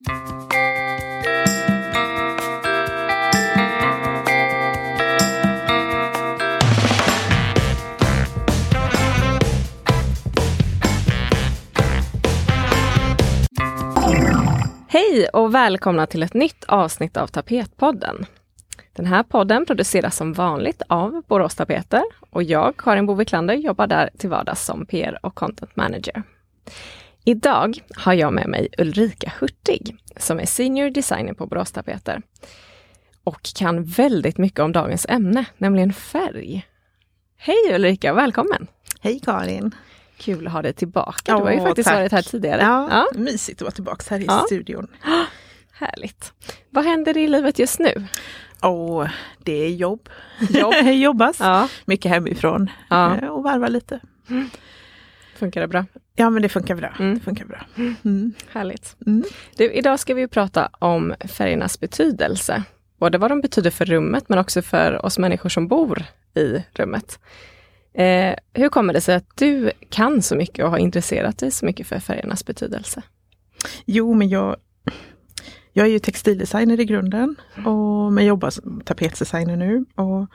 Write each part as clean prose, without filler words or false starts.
Hej och välkomna till ett nytt avsnitt av Tapetpodden. Den här podden produceras som vanligt av Borås Tapeter och jag, Karin Boviklander, jobbar där till vardags som PR och content manager. Idag har jag med mig Ulrika Hurtig som är senior designer på Borås Tapeter och kan väldigt mycket om dagens ämne, nämligen färg. Hej Ulrika, välkommen! Hej Karin! Kul att ha dig tillbaka. Du har ju faktiskt varit här tidigare. Ja, mysigt att vara tillbaka här i studion. Härligt. Vad händer i livet just nu? Det är jobb. Jobbas. Mycket hemifrån. Och varva lite. Funkar det bra? Ja, men det funkar bra. Det funkar bra. Härligt. Du, idag ska vi prata om färgernas betydelse. Både vad de betyder för rummet men också för oss människor som bor i rummet. Hur kommer det sig att du kan så mycket och har intresserat dig så mycket för färgernas betydelse? Jo, men jag är ju textildesigner i grunden men jobbar som tapetdesigner nu. Och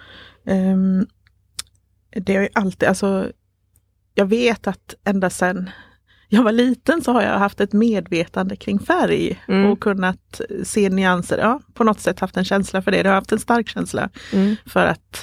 det är ju alltid, jag vet att ända sedan jag var liten så har jag haft ett medvetande kring färg och kunnat se nyanser. Ja, på något sätt haft en känsla för det. Jag har haft en stark känsla för att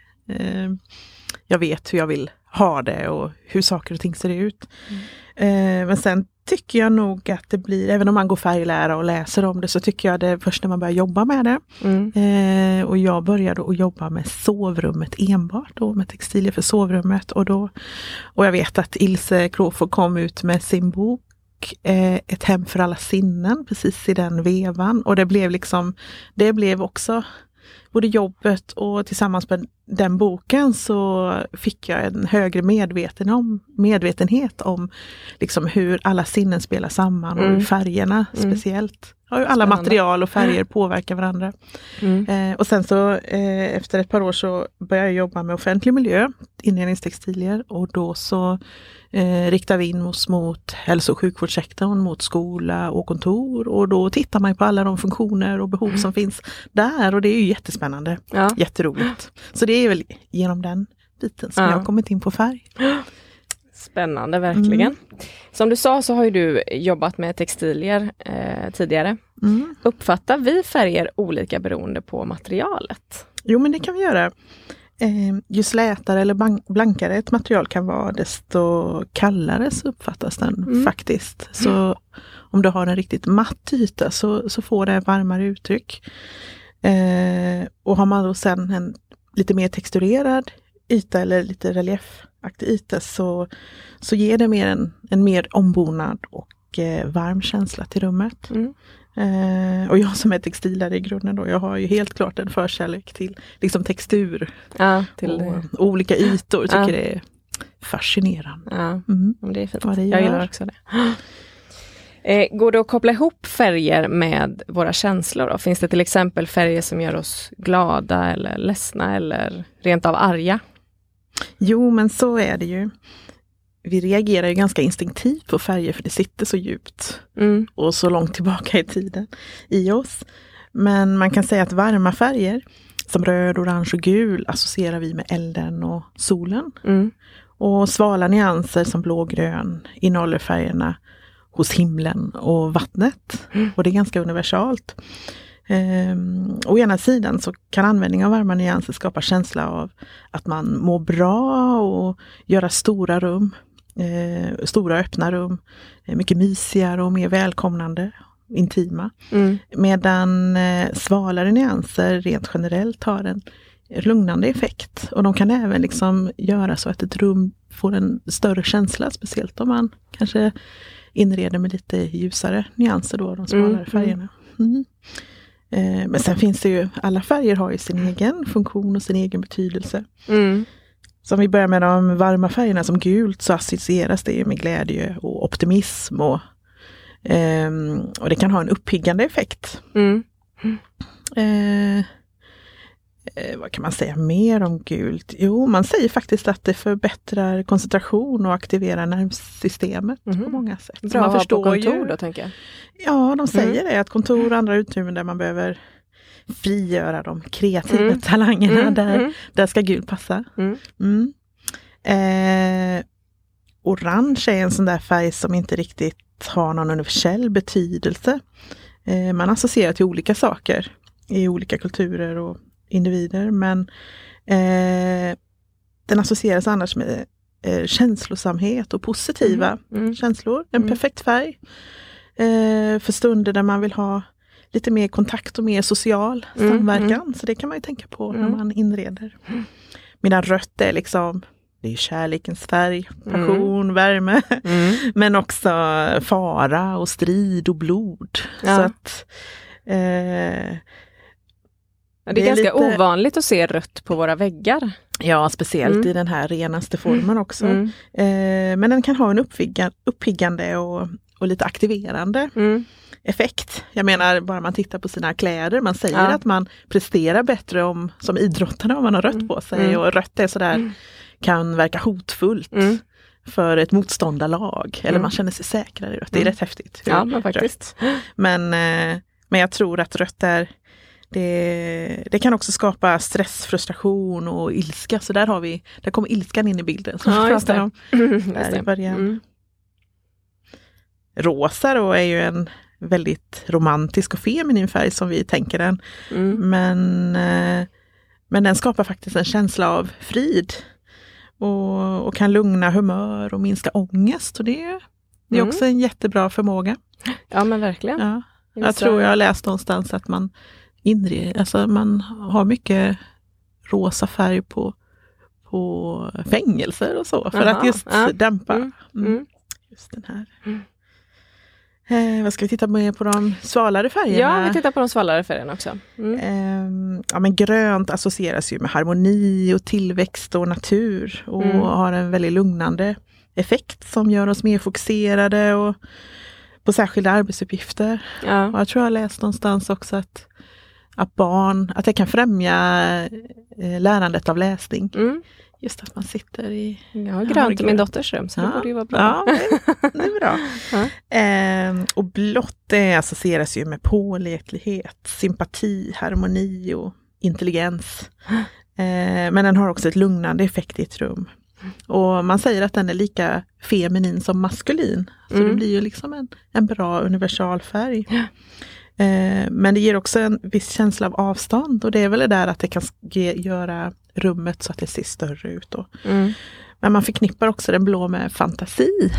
jag vet hur jag vill ha det och hur saker och ting ser ut. Men sen tycker jag nog att det blir, även om man går färglära och läser om det, så tycker jag det är först när man börjar jobba med det. Och jag började att jobba med sovrummet enbart då, med textilier för sovrummet. Och jag vet att Ilse Crawford kom ut med sin bok Ett hem för alla sinnen, precis i den vevan. Och det blev också både jobbet och tillsammans med den boken så fick jag en högre medvetenhet om liksom hur alla sinnen spelar samman och hur färgerna speciellt. Hur alla material och färger påverkar varandra. Och sen så efter ett par år så började jag jobba med offentlig miljö, inredningstextilier, och då så riktar vi in oss mot hälso- och sjukvårdssektorn, mot skola och kontor, och då tittar man på alla de funktioner och behov som finns där, och det är ju jättespännande, jätteroligt. Så det är väl genom den biten som jag har kommit in på färg. Spännande, verkligen. Som du sa så har ju du jobbat med textilier tidigare. Uppfattar vi färger olika beroende på materialet? Jo, men det kan vi göra. Ju slätare eller blankare ett material kan vara, desto kallare så uppfattas den faktiskt. Så om du har en riktigt matt yta så får det varmare uttryck. Och har man då sen en lite mer texturerad yta eller lite reliefaktig yta så ger det mer en mer ombonad och varm känsla till rummet. Och jag som är textilare i grunden då, jag har ju helt klart en förkärlek till liksom textur och olika ytor, tycker det är fascinerande. Det är fint. Jag gillar också det. Går det att koppla ihop färger med våra känslor då? Finns det till exempel färger som gör oss glada eller ledsna eller rent av arga? Jo, men så är det ju. Vi reagerar ju ganska instinktivt på färger för det sitter så djupt och så långt tillbaka i tiden i oss. Men man kan säga att varma färger som röd, orange och gul associerar vi med elden och solen. Och svala nyanser som blå och grön innehåller färgerna hos himlen och vattnet. Och det är ganska universalt. Å ena sidan så kan användning av varma nyanser skapa känsla av att man mår bra och göra stora rum, stora öppna rum, mycket mysigare och mer välkomnande, intima. Medan svalare nyanser rent generellt har en lugnande effekt, och de kan även liksom göra så att ett rum får en större känsla, speciellt om man kanske inreder med lite ljusare nyanser då, de svalare färgerna. Men sen finns det ju, alla färger har ju sin egen funktion och sin egen betydelse. Så om vi börjar med de varma färgerna som gult, så associeras det med glädje och optimism och det kan ha en uppiggande effekt. Vad kan man säga mer om gult? Jo, man säger faktiskt att det förbättrar koncentration och aktiverar nervsystemet på många sätt. Bra man förstår på kontor då, tänker jag. Ja, de säger det, att kontor och andra utrymmen där man behöver frigöra de kreativa talangerna, där ska gul passa. Orange är en sån där färg som inte riktigt har någon universell betydelse. Man associerar till olika saker i olika kulturer och individer, men den associeras annars med känslosamhet och positiva känslor. En perfekt färg för stunder där man vill ha lite mer kontakt och mer social samverkan. Så det kan man ju tänka på när man inreder. Medan rött är liksom, det är kärlekens färg, passion, värme, men också fara och strid och blod. Ja. Så att det är ganska ovanligt att se rött på våra väggar. Ja, speciellt i den här renaste formen också. Men den kan ha en uppiggande och lite aktiverande effekt. Jag menar, bara man tittar på sina kläder, man säger att man presterar bättre som idrottare om man har rött på sig. Och rött är sådär, kan verka hotfullt för ett motståndarlag. Eller man känner sig säkrare i rött. Det är rätt häftigt. Ja, men faktiskt. Men jag tror att rött är det kan också skapa stress, frustration och ilska. Så där kommer ilskan in i bilden. Som just det. Om där i början. Rosa då är ju en väldigt romantisk och feminin färg som vi tänker den. Men den skapar faktiskt en känsla av frid. Och kan lugna humör och minska ångest. Och det är också en jättebra förmåga. Ja, men verkligen. Ja. Jag tror jag har läst någonstans att man har mycket rosa färg på fängelser och så. För att just dämpa just den här. Vad ska vi titta mer på de svalare färgerna? Ja, vi tittar på de svalare färgerna också. Men grönt associeras ju med harmoni och tillväxt och natur. Och har en väldigt lugnande effekt som gör oss mer fokuserade och på särskilda arbetsuppgifter. Ja. Och jag tror jag har läst någonstans också att det kan främja lärandet av läsning. Just att man sitter i... Jag har grönt i min dotters rum, så det borde ju vara bra. Ja, det är bra. Och blått associeras ju med pålitlighet, sympati, harmoni och intelligens. Men den har också ett lugnande effekt i ett rum. Och man säger att den är lika feminin som maskulin. Så det blir ju liksom en bra universalfärg. Men det ger också en viss känsla av avstånd. Och det är väl det där att det kan göra rummet så att det ser större ut då. Men man förknippar också den blå med fantasi.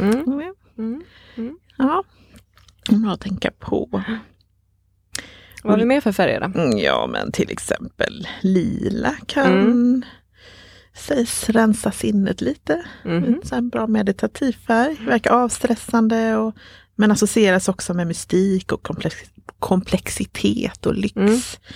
Ja, bra att tänka på. Vad har vi mer för färger då? Ja, men till exempel lila kan sägs rensa sinnet lite. Så en bra meditativ färg. Verkar avstressande men associeras också med mystik och komplexitet och lyx.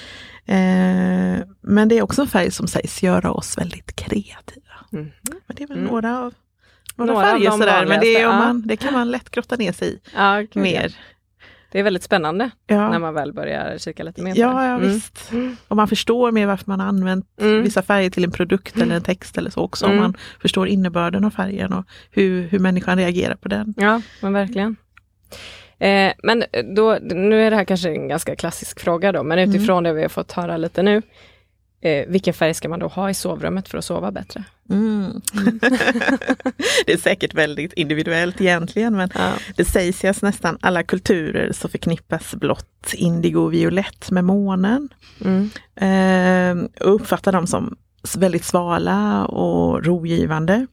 Men det är också en färg som sägs göra oss väldigt kreativa. Men det är väl några färger sådär. Men det kan man lätt grotta ner sig i mer. Det är väldigt spännande när man väl börjar kika lite mer på det. Ja, visst. Och man förstår mer varför man har använt vissa färger till en produkt eller en text eller så också. Om man förstår innebörden av färgen och hur människan reagerar på den. Ja, men verkligen. Men då, nu är det här kanske en ganska klassisk fråga då, men utifrån det vi har fått höra lite nu, vilken färg ska man då ha i sovrummet för att sova bättre? Det är säkert väldigt individuellt egentligen, men det sägs ju att nästan alla kulturer så förknippas blått, indigo och violett med månen. Och uppfattar dem som väldigt svala och rogivande.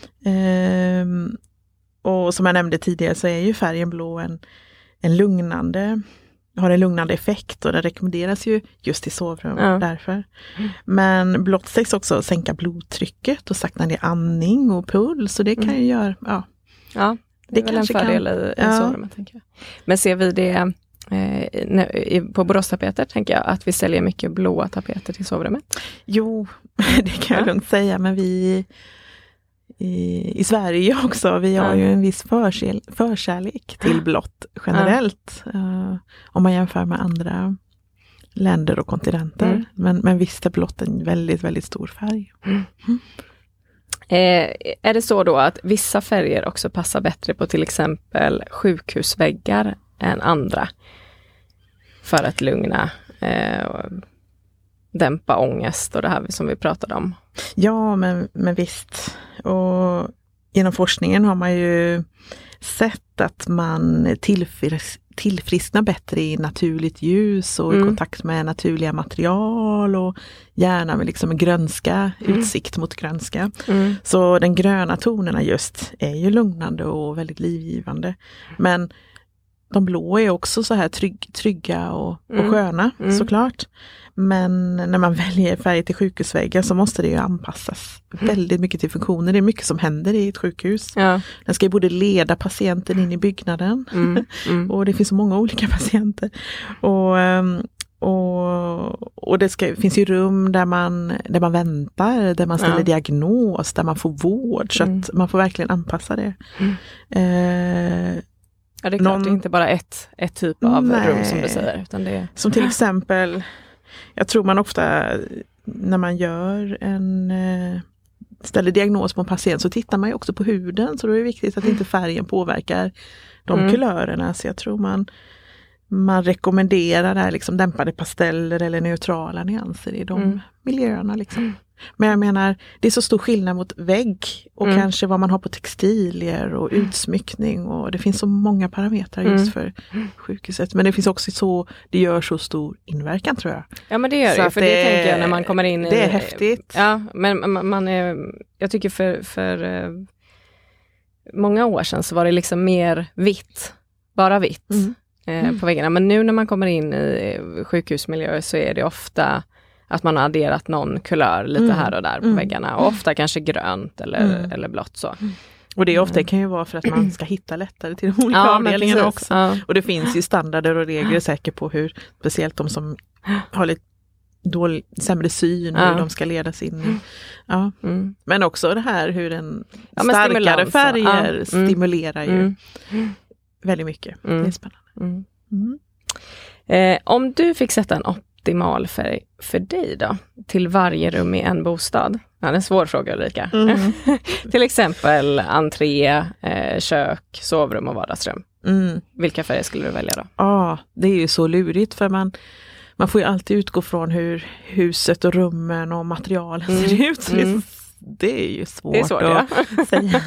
Och som jag nämnde tidigare så är ju färgen blå en lugnande, har en lugnande effekt och den rekommenderas ju just i sovrum därför. Men blått sägs också sänka blodtrycket och sakta ner andning och puls, och det kan ju göra, det är väl en fördel i sovrummet, tänker jag. Men ser vi det på Boråstapeter, tänker jag, att vi säljer mycket blåa tapeter till sovrummet? Jo, det kan jag lugnt säga, men vi i Sverige också, vi har ju en viss förkärlek till blått generellt, om man jämför med andra länder och kontinenter. Men visst är blått en väldigt, väldigt stor färg. Är det så då att vissa färger också passar bättre på till exempel sjukhusväggar än andra? För att lugna och dämpa ångest och det här som vi pratade om. Ja, men visst. Och genom forskningen har man ju sett att man tillfrisknar bättre i naturligt ljus och i kontakt med naturliga material och gärna med liksom grönska, utsikt mot grönska. Så den gröna tonerna just är ju lugnande och väldigt livgivande. Men de blå är också så här trygga och sköna såklart. Men när man väljer färg till sjukhusväggar så måste det ju anpassas väldigt mycket till funktioner. Det är mycket som händer i ett sjukhus. Ja. Den ska ju både leda patienten in i byggnaden och det finns så många olika patienter. Och det finns ju rum där man väntar, där man ställer diagnos, där man får vård. Så att man får verkligen anpassa det. Ja, det är klart, det är inte bara ett typ av rum som du säger. Utan det är... Som till exempel, jag tror man ofta när man gör ställer diagnos på en patient så tittar man ju också på huden. Så då är det viktigt att inte färgen påverkar de kulörerna. Så jag tror man rekommenderar där liksom dämpade pasteller eller neutrala nyanser i de miljöerna liksom. Men jag menar, det är så stor skillnad mot vägg och kanske vad man har på textilier och utsmyckning och det finns så många parametrar just för sjukhuset. Men det finns också det gör så stor inverkan tror jag. Ja, men det gör det, för det tänker jag när man kommer in i... Det är häftigt. Ja, men jag tycker för många år sedan så var det liksom mer vitt, bara vitt på väggarna. Men nu när man kommer in i sjukhusmiljöer så är det ofta att man har adderat någon kulör lite här och där på väggarna. Och ofta kanske grönt eller blått så. Och det ofta kan ju vara för att man ska hitta lättare till de olika avdelningarna också. Ja. Och det finns ju standarder och regler säkert på hur, speciellt de som har lite sämre syn, hur de ska ledas in i. Ja. Men också det här hur en starkare färger stimulerar ju väldigt mycket. Det är spännande. Om du fick sätta en optimal färg för dig då, till varje rum i en bostad? Ja, det är en svår fråga, Ulrika. Till exempel entré, kök, sovrum och vardagsrum. Vilka färger skulle du välja då? Ja, det är ju så lurigt för man får ju alltid utgå från hur huset och rummen och materialen ser ut. Det är ju svårt att säga.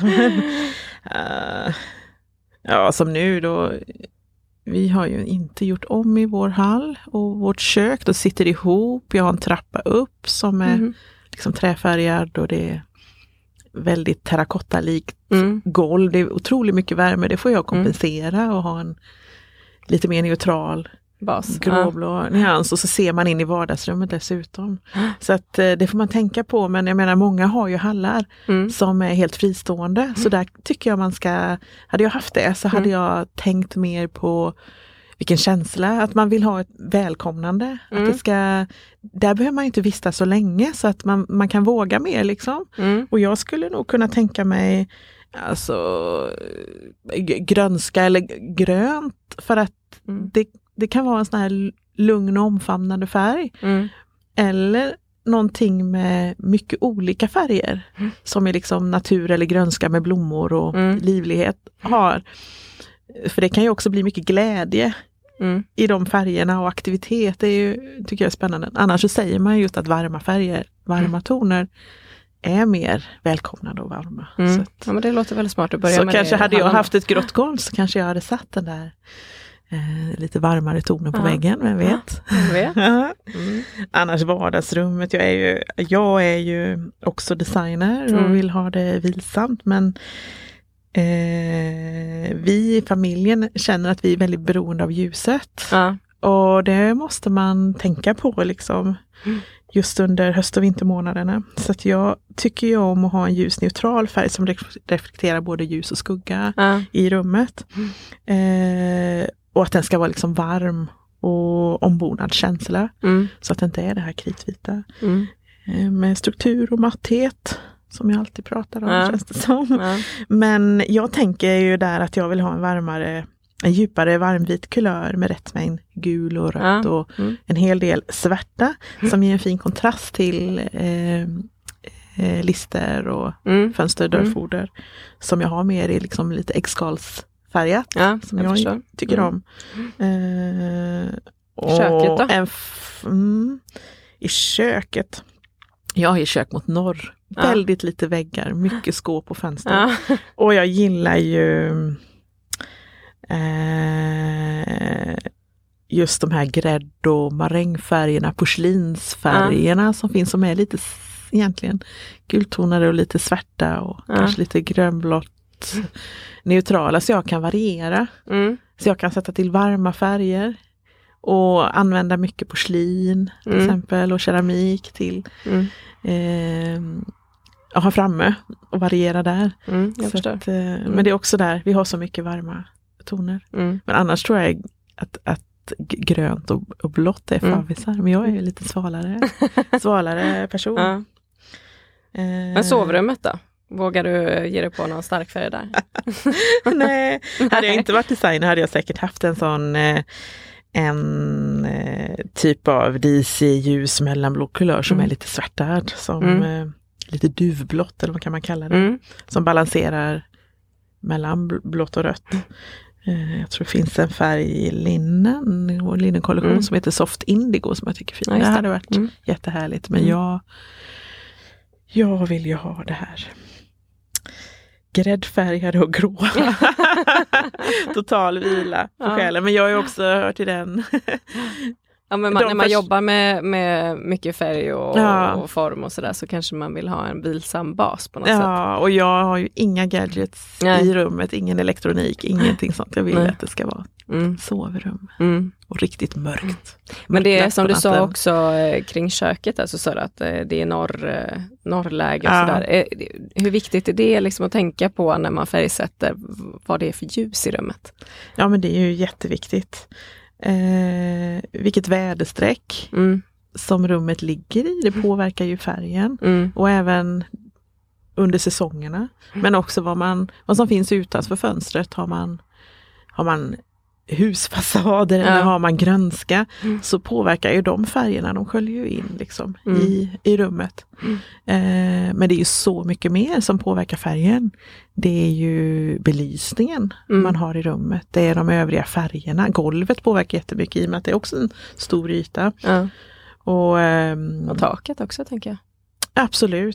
Ja, som nu då. Vi har ju inte gjort om i vår hall och vårt kök. Då sitter det ihop. Jag har en trappa upp som är liksom träfärgad och det är väldigt terrakottalikt golv. Det är otroligt mycket värme. Det får jag kompensera och ha en lite mer neutral bas. Gråblå nyans och så ser man in i vardagsrummet dessutom. Så att det får man tänka på. Men jag menar, många har ju hallar som är helt fristående. Så där tycker jag hade jag haft det så hade jag tänkt mer på vilken känsla, att man vill ha ett välkomnande. Att det där behöver man ju inte vistas så länge så att man kan våga mer liksom. Och jag skulle nog kunna tänka mig alltså grönska eller grönt för att det kan vara en sån här lugn och omfamnande färg. Eller någonting med mycket olika färger. Som är liksom natur eller grönska med blommor och livlighet har. För det kan ju också bli mycket glädje i de färgerna och aktivitet. Det är ju, tycker jag är spännande. Annars så säger man just att varma färger, varma toner är mer välkomnande och varma. Så att, ja, men det låter väldigt smart att börja så med. Så kanske hade jag haft ett grått golv så kanske jag hade satt den där lite varmare tonen på väggen, vem vet. Annars vardagsrummet, jag är ju också designer och vill ha det vilsamt, men vi i familjen känner att vi är väldigt beroende av ljuset. Och det måste man tänka på liksom just under höst- och vintermånaderna. Så att jag tycker ju om att ha en ljusneutral färg som reflekterar både ljus och skugga i rummet. Och att den ska vara liksom varm och ombonad känsla. Så att det inte är det här kritvita. Med struktur och matthet som jag alltid pratar om, känns det som. Men jag tänker ju där att jag vill ha en varmare en djupare varmvit kulör med rätt mängd gul och rött och en hel del svarta som ger en fin kontrast till lister och fönsterdörrfoder som jag har med i liksom lite äggskalsfärgat som jag tycker om. Köket då? I köket. Jag har ju kök mot norr. Väldigt lite väggar, mycket skåp och fönster. Och jag gillar ju just de här grädd- och marängfärgerna, porslinsfärgerna som finns, som är lite egentligen gultonade och lite svarta och kanske lite grönblått neutrala, så jag kan variera. Så jag kan sätta till varma färger och använda mycket porslin till exempel och keramik till ha framme och variera där. Så att, men det är också där, vi har så mycket varma toner. Men annars tror jag att grönt och blått är favvisar. Men jag är ju lite svalare person. Men sovrummet då? Vågar du ge dig på någon stark färg där? Nej, hade jag inte varit designer hade jag säkert haft en sån typ av DC-ljus mellanblå kulör som är lite svartad, som lite duvblått eller vad kan man kalla det, som balanserar mellan blått och rött. Jag tror det finst en färg i linnenkollektion som heter Soft Indigo som jag tycker är fin. Det hade varit jättehärligt, men jag vill ju ha det här gräddfärgade och grå. Total vila på själen. Men jag har ju också hört till den. Men när man jobbar med mycket färg och form och sådär, så kanske man vill ha en vilsam bas på något sätt. Ja, och jag har ju inga gadgets i rummet, ingen elektronik, ingenting sånt. Jag vill att det ska vara sovrum och riktigt mörkt. Men det är som du sa också kring köket, alltså så att det är norrläge och sådär. Hur viktigt är det liksom att tänka på när man färgsätter vad det är för ljus i rummet? Ja, men det är ju jätteviktigt. Vilket väderstreck som rummet ligger i, det påverkar ju färgen och även under säsongerna, men också vad som finns utanför fönstret. Har man husfasader eller har man grönska, så påverkar ju de färgerna, de sköljer ju in liksom i rummet. Men det är ju så mycket mer som påverkar färgen. Det är ju belysningen man har i rummet, det är de övriga färgerna. Golvet påverkar jättemycket i och med att det är också en stor yta. Och taket också, tänker jag. Absolut.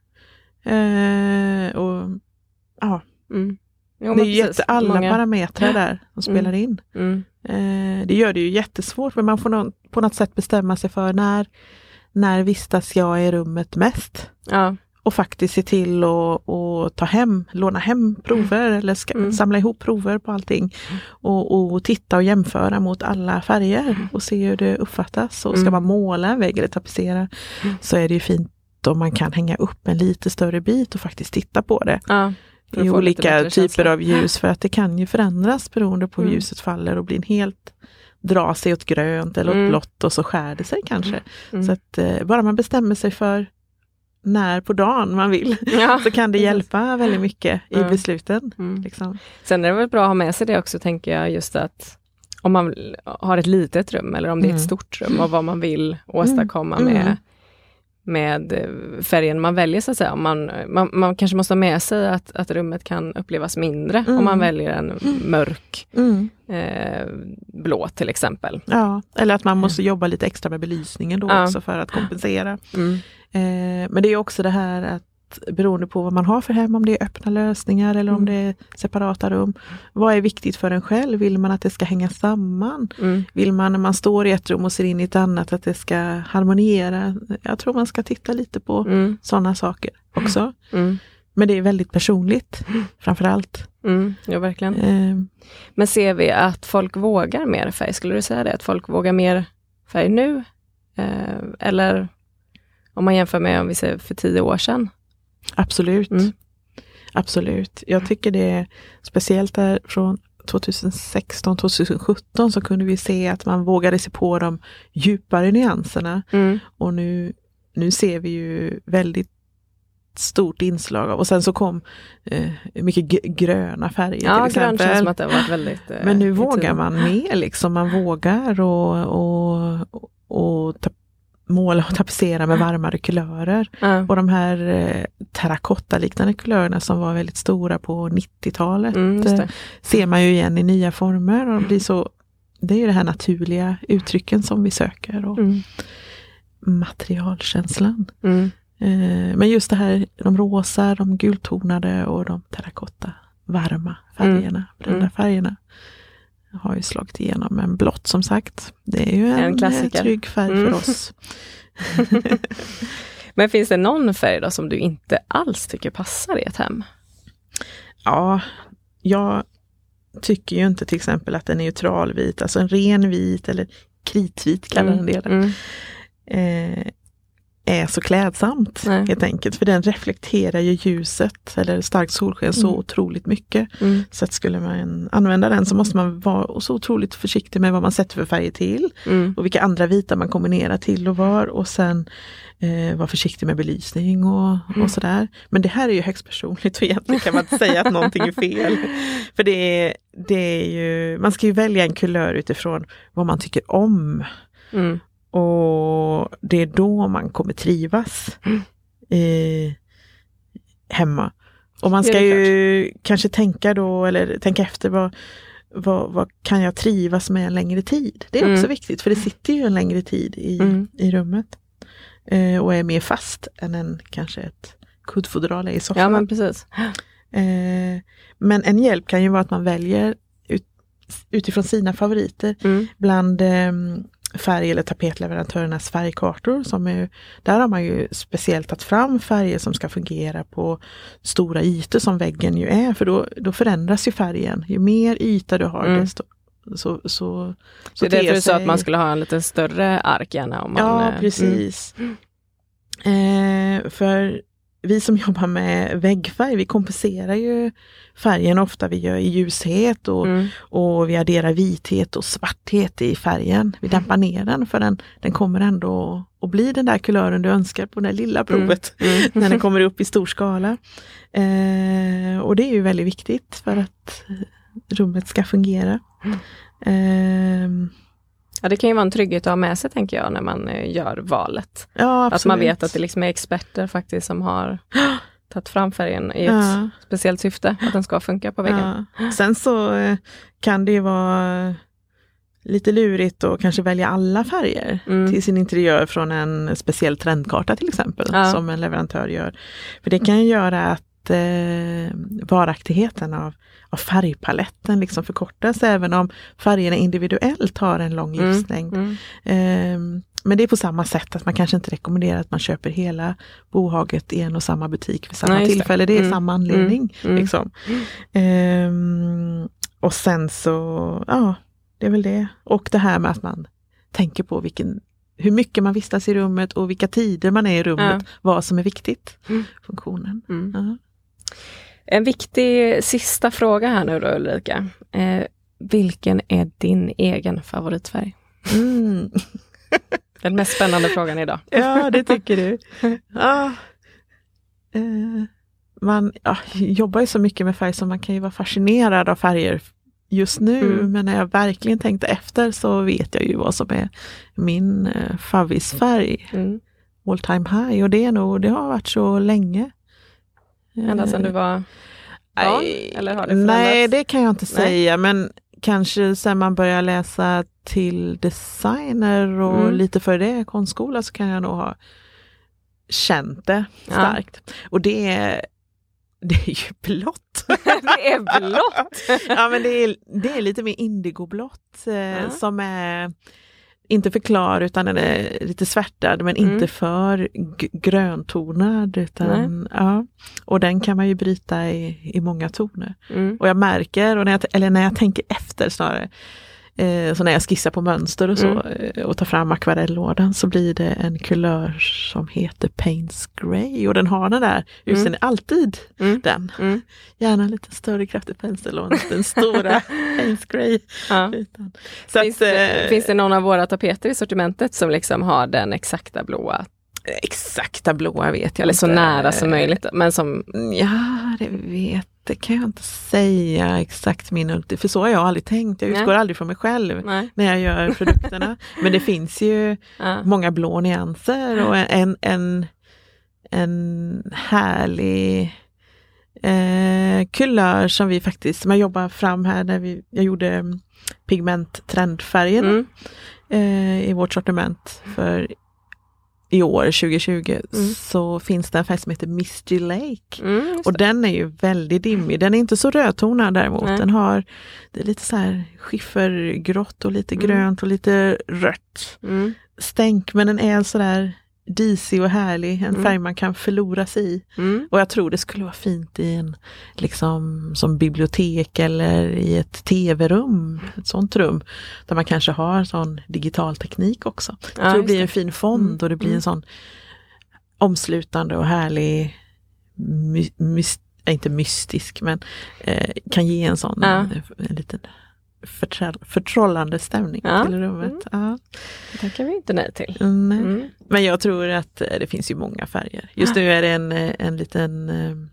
Det är ju alla parametrar där som spelar in. Det gör det ju jättesvårt, men man får på något sätt bestämma sig för när vistas jag i rummet mest. Och faktiskt se till att låna hem prover eller samla ihop prover på allting. Och titta och jämföra mot alla färger och se hur det uppfattas. Och ska man måla en vägg eller tapetsera, så är det ju fint om man kan hänga upp en lite större bit och faktiskt titta på det. I olika typer av ljus, för att det kan ju förändras beroende på hur ljuset faller och blir dra sig åt grönt eller åt blått, och så skär det sig kanske. Så att bara man bestämmer sig för när på dagen man vill, så kan det hjälpa väldigt mycket i besluten. Liksom. Sen är det väl bra att ha med sig det också, tänker jag, just att om man har ett litet rum eller om det är ett stort rum, och vad man vill åstadkomma med färgen man väljer, så att säga. Man kanske måste ha med sig att rummet kan upplevas mindre om man väljer en mörk blå till exempel. Ja, eller att man måste jobba lite extra med belysningen då också för att kompensera. Men det är också det här att beroende på vad man har för hem, om det är öppna lösningar eller om det är separata rum. Vad är viktigt för en själv? Vill man att det ska hänga samman? Vill man när man står i ett rum och ser in i ett annat att det ska harmoniera? Jag tror man ska titta lite på sådana saker också. Men det är väldigt personligt, framförallt. Ja, verkligen. Men ser vi att folk vågar mer färg? Skulle du säga det? Att folk vågar mer färg nu? Eller om man jämför med, om vi säger, för 10 år sedan? Absolut. Absolut. Jag tycker det är speciellt där från 2016-2017 så kunde vi se att man vågade se på de djupare nyanserna. Och nu ser vi ju väldigt stort inslag av. Och sen så kom mycket gröna färger till exempel. Ja, grönt känns som att det har varit väldigt... Men nu vågar man mer liksom. Man vågar och måla och tapetsera med varmare kulörer. Och de här terrakotta-liknande kulörerna som var väldigt stora på 90-talet ser man ju igen i nya former. Och de blir så, det är ju det här naturliga uttrycken som vi söker. Och materialkänslan. Men just det här, de rosa, de gultonade och de terrakotta varma färgerna, brända färgerna har ju slagit igenom. Men blått som sagt, det är ju en trygg färg för oss. Men finns det någon färg då som du inte alls tycker passar i ett hem? Ja, jag tycker ju inte till exempel att en neutralvit, alltså en ren vit eller kritvit kallar en del är så klädsamt helt enkelt. För den reflekterar ju ljuset eller starkt solsken så otroligt mycket. Så att skulle man använda den så måste man vara så otroligt försiktig med vad man sätter för färger till. Och vilka andra vita man kombinerar till och var. Och sen vara försiktig med belysning och sådär. Men det här är ju högst personligt och egentligen kan man inte säga att någonting är fel. För det är ju, man ska ju välja en kulör utifrån vad man tycker om. Och det är då man kommer trivas hemma. Och man ska ju kanske tänka då, eller tänka efter vad kan jag trivas med en längre tid. Det är också viktigt, för det sitter ju en längre tid i rummet. Och är mer fast än kanske ett kuddfodral i soffan. Ja, men precis. Men en hjälp kan ju vara att man väljer utifrån sina favoriter bland färg- eller tapetleverantörernas färgkartor där har man ju speciellt tagit fram färger som ska fungera på stora ytor som väggen ju är, för då förändras ju färgen. Ju mer yta du har desto så det är därför du sa att man skulle ha en lite större ark gärna. Om man, ja, precis. För vi som jobbar med väggfärg, vi kompenserar ju färgen ofta. Vi gör i ljushet och vi adderar vithet och svarthet i färgen. Vi dämpar ner den, för den kommer ändå att bli den där kulören du önskar på det där lilla provet när den kommer upp i stor skala. Och det är ju väldigt viktigt för att rummet ska fungera. Ja, det kan ju vara en trygghet att ha med sig, tänker jag, när man gör valet. Ja, absolut. Att man vet att det liksom är experter faktiskt som har tagit fram färgen i ett speciellt syfte, att den ska funka på väggen. Ja. Sen så kan det ju vara lite lurigt att kanske välja alla färger till sin interiör från en speciell trendkarta till exempel, som en leverantör gör. För det kan ju göra att varaktigheten av färgpaletten liksom förkortas, även om färgerna individuellt har en lång livslängd. Men det är på samma sätt att man kanske inte rekommenderar att man köper hela bohaget i en och samma butik vid samma tillfälle. Det är samma anledning. Liksom. Och sen så, det är väl det. Och det här med att man tänker på hur mycket man vistas i rummet och vilka tider man är i rummet, vad som är viktigt. Funktionen. En viktig sista fråga här nu då, Ulrika. Vilken är din egen favoritfärg? Den mest spännande frågan idag. Ja, det tycker du. Man jobbar ju så mycket med färg så man kan ju vara fascinerad av färger just nu. Men när jag verkligen tänkte efter så vet jag ju vad som är min favvisfärg. All time high. Och det har varit så länge. Ända sedan du var barn? Eller har det förändrats? Nej, det kan jag inte säga. Men kanske sen man börjar läsa till designer och lite för det konstskola, så kan jag nog ha känt det starkt. Och det är ju blått. Det är blått? Ja, men det är lite mer indigoblått som är inte för klar, utan den är lite svärtad, men inte för gröntonad, utan och den kan man ju bryta i många toner. Och jag märker, och när jag tänker efter snarare, så när jag skissar på mönster och så och tar fram akvarellådan, så blir det en kulör som heter Payne's Grey, och den har den där utseendet alltid den. Gärna lite större kraftig pensel och den stora Payne's Grey. Så finns det någon av våra tapeter i sortimentet som liksom har den exakta blåa Exakta blåa vet jag Eller inte. så nära som möjligt. Men som... Ja, det kan jag inte säga exakt för så har jag aldrig tänkt. Jag utgår aldrig från mig själv när jag gör produkterna. Men det finns ju många blå nyanser och en härlig kulör som jag jobbar fram här när jag gjorde pigmenttrendfärgerna i vårt sortiment för i år 2020 så finns det en färg som heter Misty Lake och den är ju väldigt dimmig. Den är inte så rödtonad däremot. Det är lite så här skiffergrått och lite grönt och lite rött stänk, men den är så där disig och härlig, en färg man kan förlora sig i. Och jag tror det skulle vara fint i en liksom som bibliotek eller i ett tv-rum, ett sånt rum där man kanske har sån digital teknik också. Jag tror det blir en fin fond och det blir en sån omslutande och härlig inte mystisk men kan ge en sån en liten förtrollande stämning till rummet. Det tackar vi inte nej till. Men jag tror att det finns ju många färger. Just nu är det en liten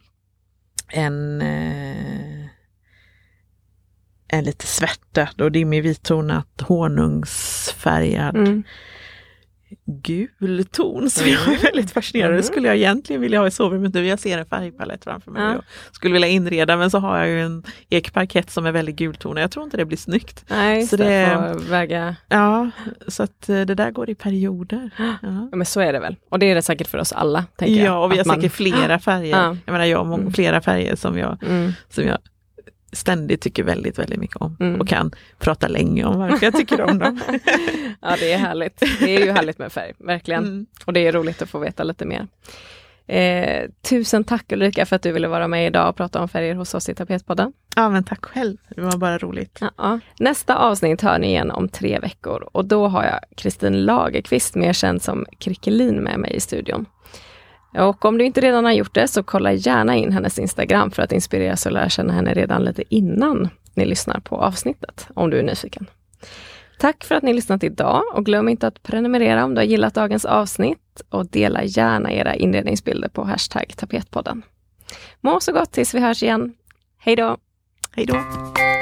en lite svärtad och dimmig vittonat honungsfärgad gul ton som jag är väldigt fascinerad. Det skulle jag egentligen vilja ha i sovrummet nu. Jag ser en färgpalett framför mig och skulle vilja inreda, men så har jag ju en ekparkett som är väldigt gultonad. Jag tror inte det blir snyggt. Nej, så det får väga. Ja, så att det där går i perioder. Ja, men så är det väl. Och det är det säkert för oss alla, tänker jag. Ja, och vi har säkert flera färger. Jag menar, jag har flera färger som jag ständigt tycker väldigt, väldigt mycket om och kan prata länge om varför jag tycker om dem. Ja, det är härligt. Det är ju härligt med färg, verkligen. Och det är roligt att få veta lite mer. Tusen tack Ulrika för att du ville vara med idag och prata om färger hos oss i Tapetpodden. Ja, men tack själv. Det var bara roligt. Ja. Nästa avsnitt hör ni igen om 3 veckor och då har jag Kristin Lagerqvist, mer känd som Krickelin, med mig i studion. Och om du inte redan har gjort det så kolla gärna in hennes Instagram för att inspireras och lära känna henne redan lite innan ni lyssnar på avsnittet, om du är nyfiken. Tack för att ni lyssnat idag och glöm inte att prenumerera om du har gillat dagens avsnitt och dela gärna era inredningsbilder på #tapetpodden. Må så gott tills vi hörs igen. Hej då! Hej då!